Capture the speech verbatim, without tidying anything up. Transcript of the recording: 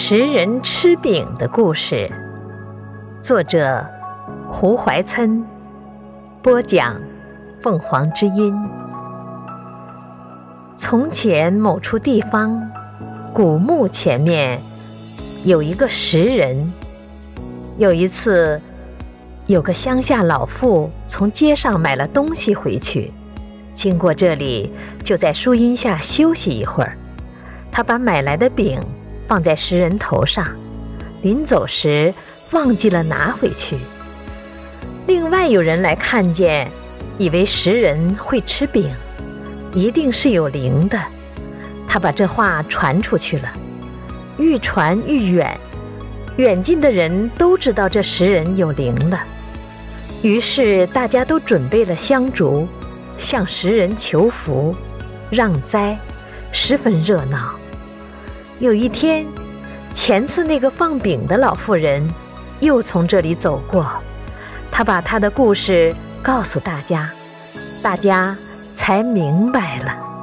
食人吃饼的故事，作者胡怀琛，播讲凤凰之音。从前某处地方，古墓前面有一个食人。有一次，有个乡下老妇从街上买了东西回去，经过这里，就在树荫下休息一会儿。他把买来的饼放在食人头上，临走时忘记了拿回去。另外有人来看见，以为食人会吃饼，一定是有灵的。他把这话传出去了，愈传愈远，远近的人都知道这食人有灵了。于是大家都准备了香烛，向食人求福让灾，十分热闹。有一天，前次那个放饼的老妇人又从这里走过，她把她的故事告诉大家，大家才明白了。